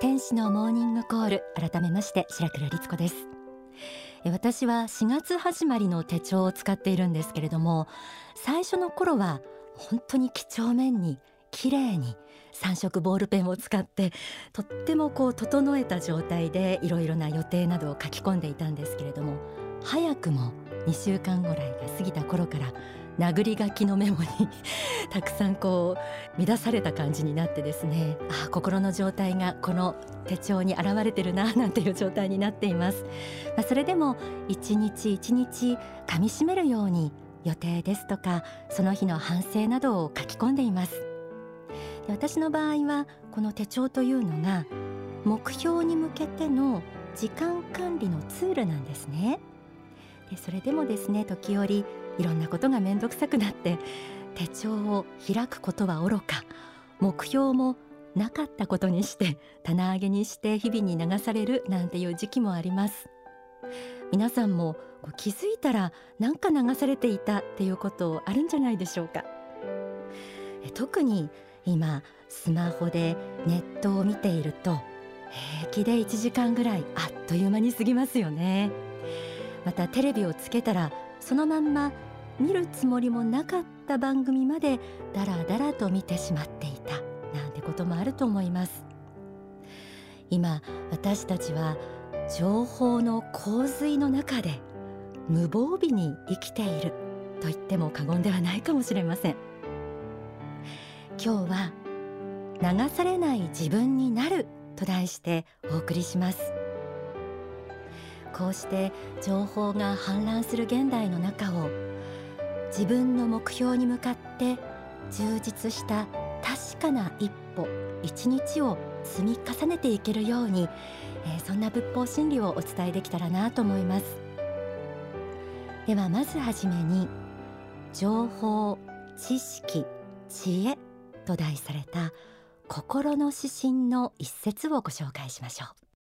天使のモーニングコール、改めまして白倉律子です。私は4月始まりの手帳を使っているんですけれども、最初の頃は本当に几帳面に綺麗に3色ボールペンを使ってとっても整えた状態でいろいろな予定などを書き込んでいたんですけれども、早くも2週間ぐらいが過ぎた頃から殴り書きのメモにたくさん乱された感じになってですね、心の状態がこの手帳に現れてるななんていう状態になっています。それでも一日一日噛み締めるように予定ですとかその日の反省などを書き込んでいます。で、私の場合はこの手帳というのが目標に向けての時間管理のツールなんですね。で、それでもですね、時折いろんなことがめんどくさくなって手帳を開くことはおろか、目標もなかったことにして棚上げにして日々に流されるなんていう時期もあります。皆さんも気づいたらなんか流されていたっていうことあるんじゃないでしょうか。特に今スマホでネットを見ていると平気で1時間ぐらいあっという間に過ぎますよね。またテレビをつけたらそのまんま見るつもりもなかった番組までだらだらと見てしまっていたなんてこともあると思います。今私たちは情報の洪水の中で無防備に生きていると言っても過言ではないかもしれません。今日は流されない自分になると題してお送りします。こうして情報が氾濫する現代の中を自分の目標に向かって充実した確かな一歩一日を積み重ねていけるように、そんな仏法真理をお伝えできたらなと思います。ではまずはじめに情報、知識、知恵と題された心の指針の一節をご紹介しましょう。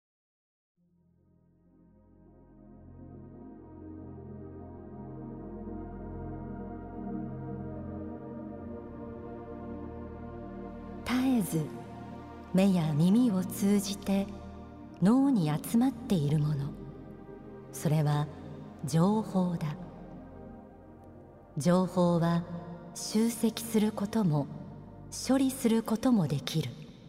絶えず目や耳を通じて脳に集まっているもの、それは情報だ。情報は集積することも処理することもできる。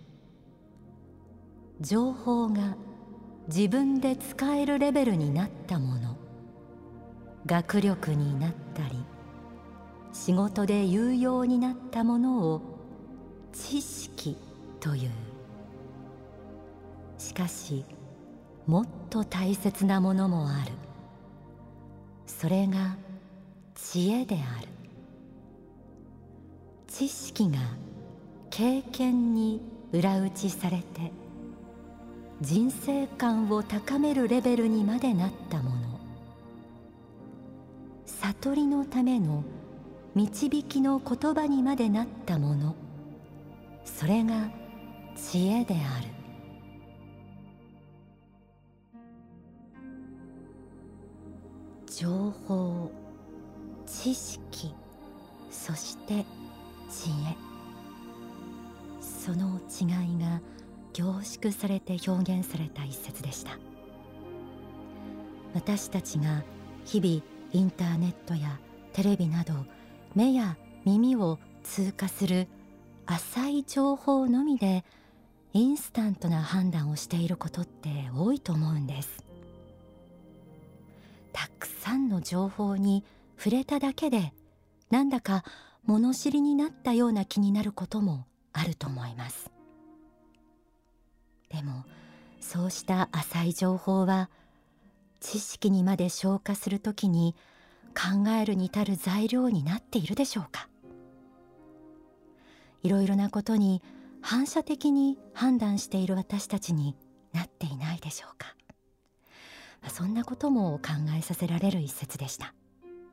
情報が自分で使えるレベルになったもの、学力になったり仕事で有用になったものを知識という。しかしもっと大切なものもある。それが知恵である。知識が経験に裏打ちされて人生観を高めるレベルにまでなったもの、悟りのための導きの言葉にまでなったもの、それが知恵である。情報、知識、そして知恵、その違いが凝縮されて表現された一節でした。私たちが日々インターネットやテレビなど目や耳を通過する浅い情報のみでインスタントな判断をしていることって多いと思うんです。たくさんの情報に触れただけでなんだか物知りになったような気になることもあると思います。でもそうした浅い情報は知識にまで昇華するときに考えるに足る材料になっているでしょうか。いろいろなことに反射的に判断している私たちになっていないでしょうか。そんなことも考えさせられる一節でした。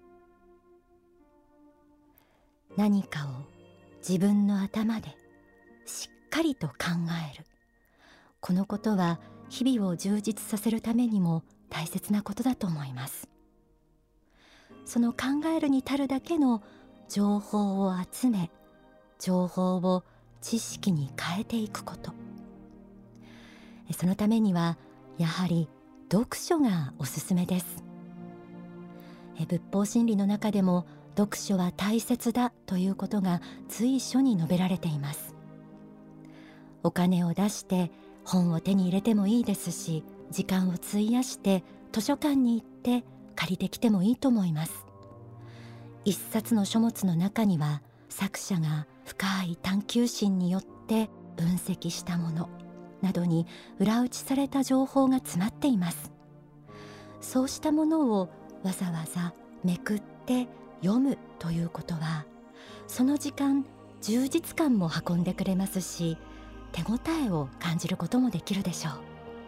何かを自分の頭でしっかりと考える、このことは日々を充実させるためにも大切なことだと思います。その考えるに足るだけの情報を集め、情報を知識に変えていくこと、 そのためにはやはり読書がおすすめです。仏法真理の中でも読書は大切だということが随所に述べられています。お金を出して本を手に入れてもいいですし、時間を費やして図書館に行って借りてきてもいいと思います。一冊の書物の中には作者が深い探求心によって分析したものなどに裏打ちされた情報が詰まっています。そうしたものをわざわざめくって読むということは、その時間充実感も運んでくれますし、手応えを感じることもできるでしょう。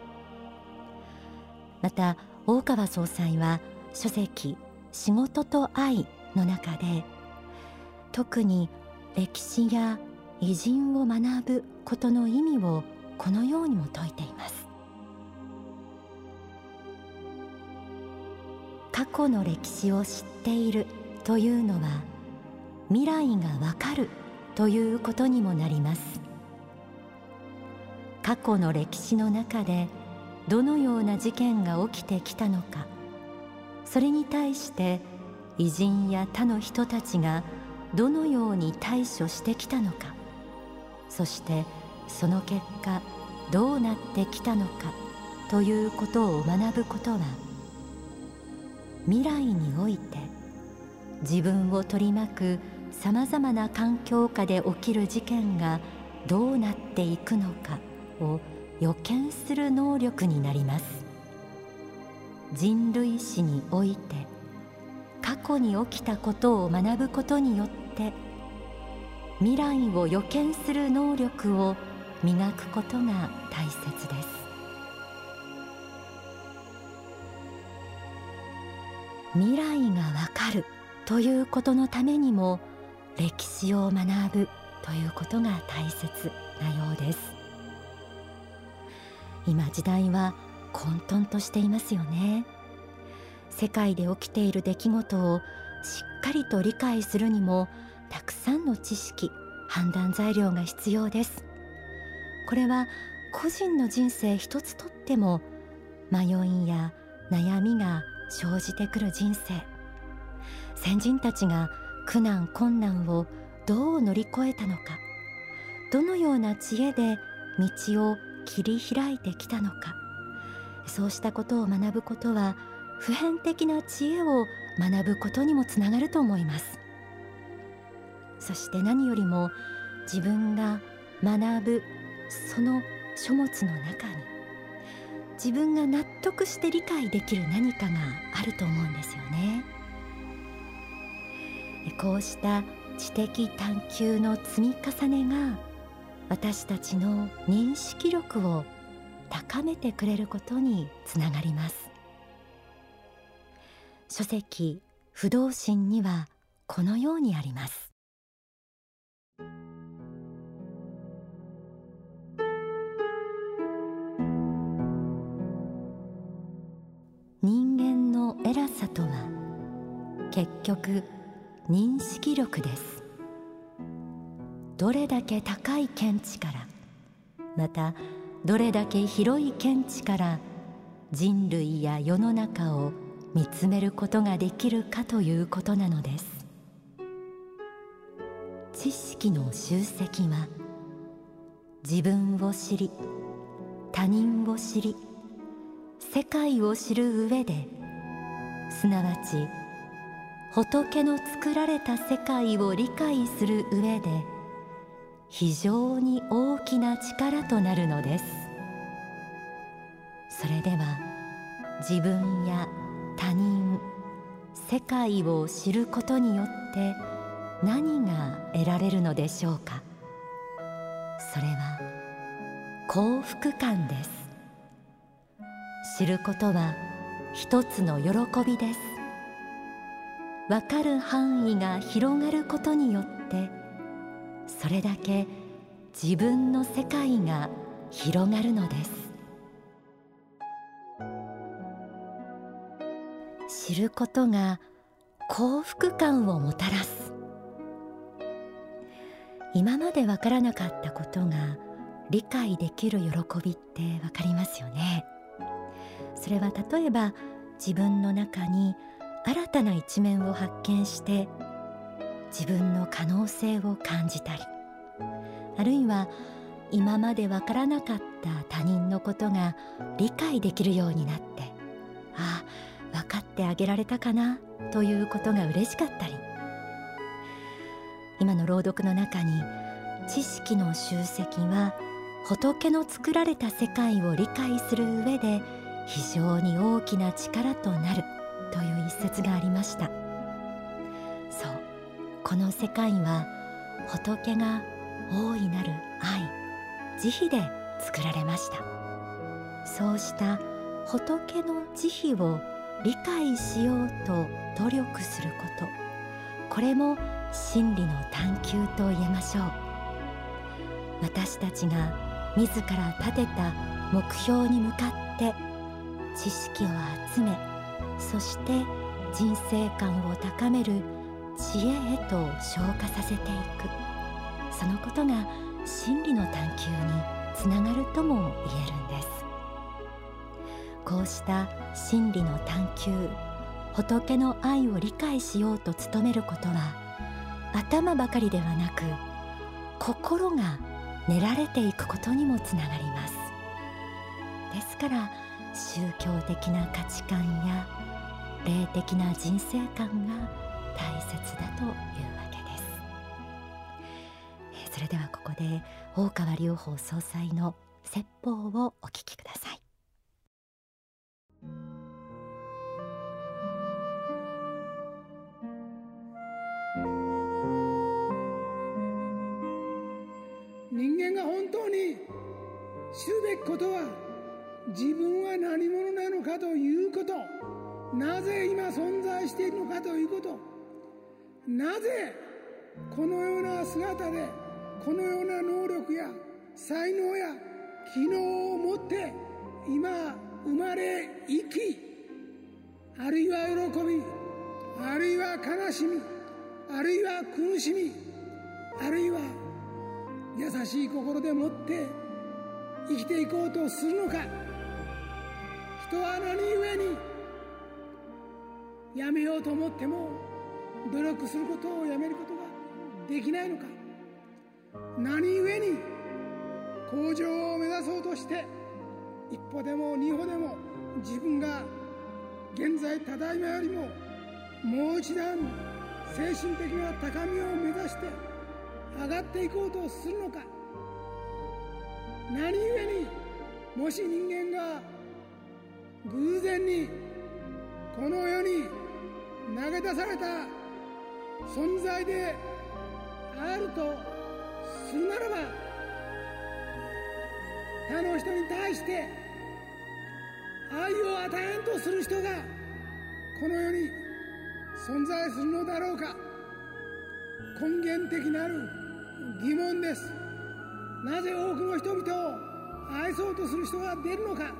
また大川総裁は書籍仕事と愛の中で、特に歴史や偉人を学ぶことの意味をこのようにも説いています。過去の歴史を知っているというのは、未来がわかるということにもなります。過去の歴史の中でどのような事件が起きてきたのか、それに対して偉人や他の人たちがどのように対処してきたのか、そしてその結果どうなってきたのかということを学ぶことは、未来において自分を取り巻くさまざまな環境下で起きる事件がどうなっていくのかを予見する能力になります。人類史において過去に起きたことを学ぶことによって、未来を予見する能力を磨くことが大切です。未来がわかるということのためにも、歴史を学ぶということが大切なようです。今時代は混沌としていますよね。世界で起きている出来事をしっかりと理解するにも、たくさんの知識、判断材料が必要です。これは個人の人生一つとっても迷いや悩みが生じてくる人生。先人たちが苦難困難をどう乗り越えたのか、どのような知恵で道を切り開いてきたのか、そうしたことを学ぶことは普遍的な知恵を学ぶことにもつながると思います。そして何よりも自分が学ぶその書物の中に、自分が納得して理解できる何かがあると思うんですよね。こうした知的探求の積み重ねが、私たちの認識力を高めてくれることにつながります。書籍不動心にはこのようにあります。人間の偉さとは結局認識力です。どれだけ高い見地から、またどれだけ広い見地から人類や世の中を見つめることができるかということなのです。知識の集積は、自分を知り、他人を知り、世界を知る上で、すなわち仏の作られた世界を理解する上で非常に大きな力となるのです。それでは自分や他人、世界を知ることによって何が得られるのでしょうか。それは幸福感です。知ることは一つの喜びです。わかる範囲が広がることによって、それだけ自分の世界が広がるのです。知ることが幸福感をもたらす。今までわからなかったことが理解できる喜びってわかりますよね。それは例えば自分の中に新たな一面を発見して自分の可能性を感じたり、あるいは今までわからなかった他人のことが理解できるようになって、ああ、分かってあげられたかなということが嬉しかったり、今の朗読の中に知識の集積は仏の作られた世界を理解する上で非常に大きな力となるという一節がありました。そう、この世界は仏が大いなる愛、慈悲で作られました。そうした仏の慈悲を理解しようと努力すること、これも真理の探求と言えましょう。私たちが自ら立てた目標に向かって知識を集め、そして人生観を高める知恵へと昇華させていく、そのことが真理の探求につながるとも言えるんです。こうした真理の探求、仏の愛を理解しようと努めることは、頭ばかりではなく心が練られていくことにもつながります。ですから宗教的な価値観や霊的な人生観が大切だというわけです。それではここで大川隆法総裁の説法をお聞きください。 人間が本当に知るべきことは、自分は何者なのかということ、なぜ今存在しているのかということ、なぜこのような姿でこのような能力や才能や機能を持って今生まれ生き、あるいは喜び、あるいは悲しみ、あるいは苦しみ、あるいは優しい心でもって生きていこうとするのか。人は何故にやめようと思っても努力することをやめることができないのか。何故に向上を目指そうとして一歩でも二歩でも自分が現在ただいまよりももう一段精神的な高みを目指して上がっていこうとするのか。何故にもし人間が偶然にこの世に投げ出された存在であるとするならば、他の人に対して愛を与えんとする人がこの世に存在するのだろうか。根源的なる疑問です。なぜ多くの人々を愛そうとする人が出るのか。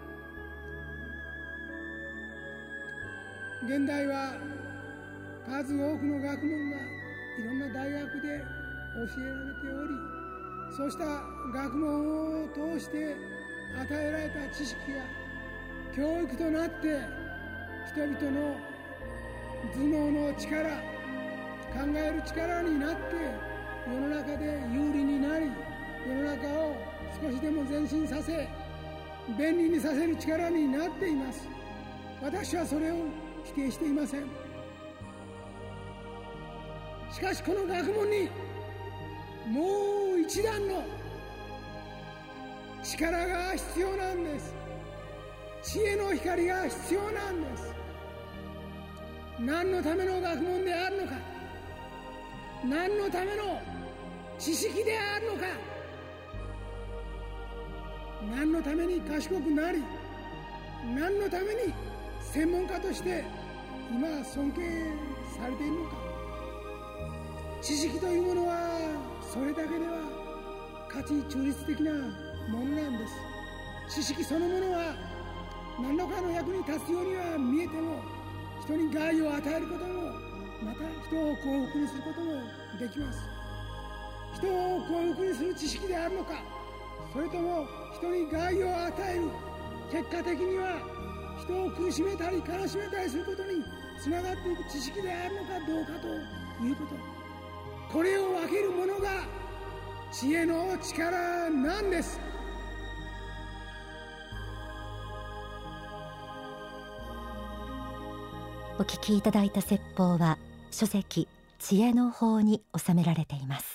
現代は数多くの学問がいろんな大学で教えられており、そうした学問を通して与えられた知識が教育となって人々の頭脳の力、考える力になって世の中で有利になり、世の中を少しでも前進させ便利にさせる力になっています。私はそれを否定していません。しかしこの学問にもう一段の力が必要なんです。知恵の光が必要なんです。何のための学問であるのか、何のための知識であるのか、何のために賢くなり、何のために専門家として今尊敬されているのか。知識というものはそれだけでは価値中立的なものなんです。知識そのものは何らかの役に立つようには見えても、人に害を与えることも、また人を幸福にすることもできます。人を幸福にする知識であるのか、 それとも人に害を与える、結果的には人を苦しめたり悲しめたりすることにつながっていく知識であるのかどうかということ、これを分けるものが知恵の力なんです。 お聞きいただいた説法は書籍知恵の法に収められています。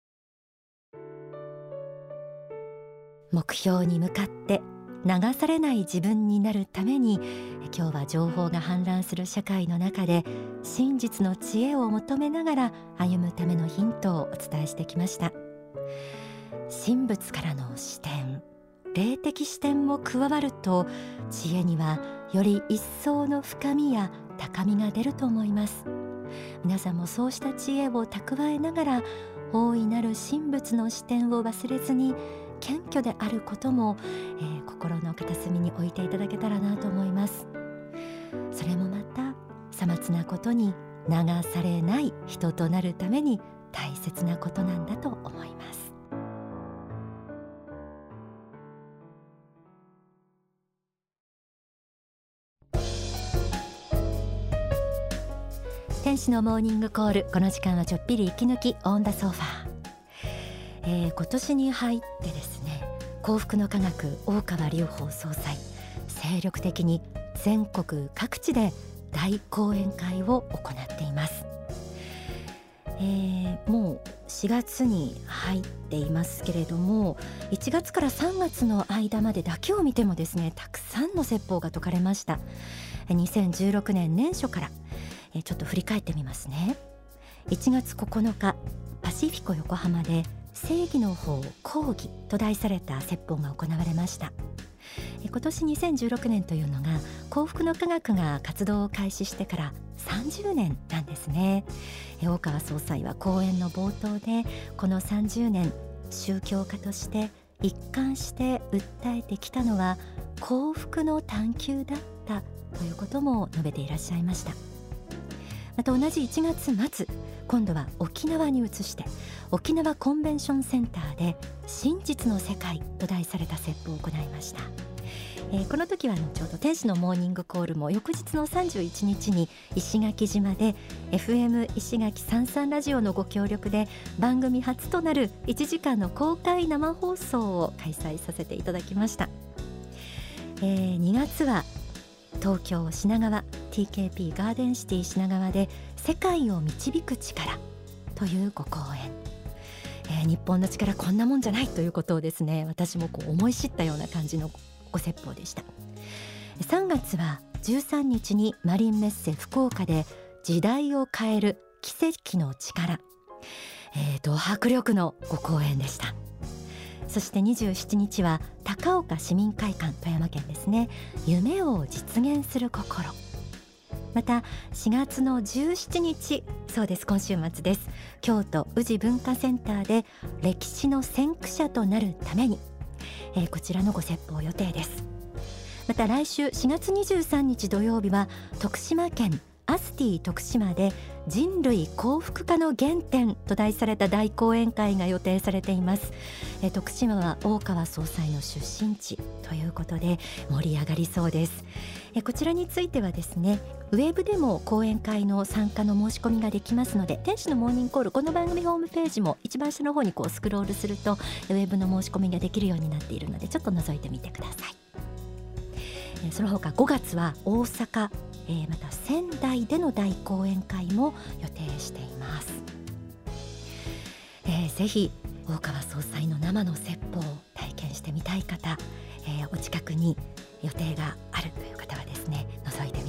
目標に向かって流されない自分になるために、今日は情報が氾濫する社会の中で真実の知恵を求めながら歩むためのヒントをお伝えしてきました。神仏からの視点、霊的視点も加わると、知恵にはより一層の深みや高みが出ると思います。皆さんもそうした知恵を蓄えながら、大いなる神仏の視点を忘れずに、謙虚であることも、心の片隅に置いていただけたらなと思います。それもまたさまつなことに流されない人となるために大切なことなんだと思います。天使のモーニングコール、この時間はちょっぴり息抜きオンダソファー。今年に入ってですね、幸福の科学大川隆法総裁、精力的に全国各地で大講演会を行っています。もう4月に入っていますけれども、1月から3月の間までだけを見てもですね、たくさんの説法が説かれました。2016年年初からちょっと振り返ってみますね。1月9日、パシフィコ横浜で正義の法講義と題された説法が行われました。今年2016年というのが幸福の科学が活動を開始してから30年なんですね。大川総裁は講演の冒頭で、この30年宗教家として一貫して訴えてきたのは幸福の探求だったということも述べていらっしゃいました。また同じ1月末、今度は沖縄に移して沖縄コンベンションセンターで真実の世界と題された説法を行いました。この時はちょうど天使のモーニングコールも翌日の31日に石垣島で FM 石垣33ラジオのご協力で番組初となる1時間の公開生放送を開催させていただきました。2月は東京品川 TKP ガーデンシティ品川で世界を導く力というご講演、日本の力こんなもんじゃないということをですね、私も思い知ったような感じのご説法でした。3月は13日にマリンメッセ福岡で時代を変える奇跡の力、ド迫力のご講演でした。そして27日は高岡市民会館、富山県ですね、夢を実現する心。また4月の17日、そうです、今週末です。京都宇治文化センターで歴史の先駆者となるために、こちらのご説法予定です。また来週4月23日土曜日は徳島県アスティ徳島で人類幸福化の原点と題された大講演会が予定されています。徳島は大川総裁の出身地ということで盛り上がりそうです。こちらについてはですね、ウェブでも講演会の参加の申し込みができますので、天使のモーニングコール、この番組ホームページも一番下の方にスクロールするとウェブの申し込みができるようになっているので、ちょっと覗いてみてください。その他5月は大阪、また仙台での大講演会も予定しています。ぜひ大川総裁の生の説法を体験してみたい方、お近くに予定があるという方はですね、覗いてみ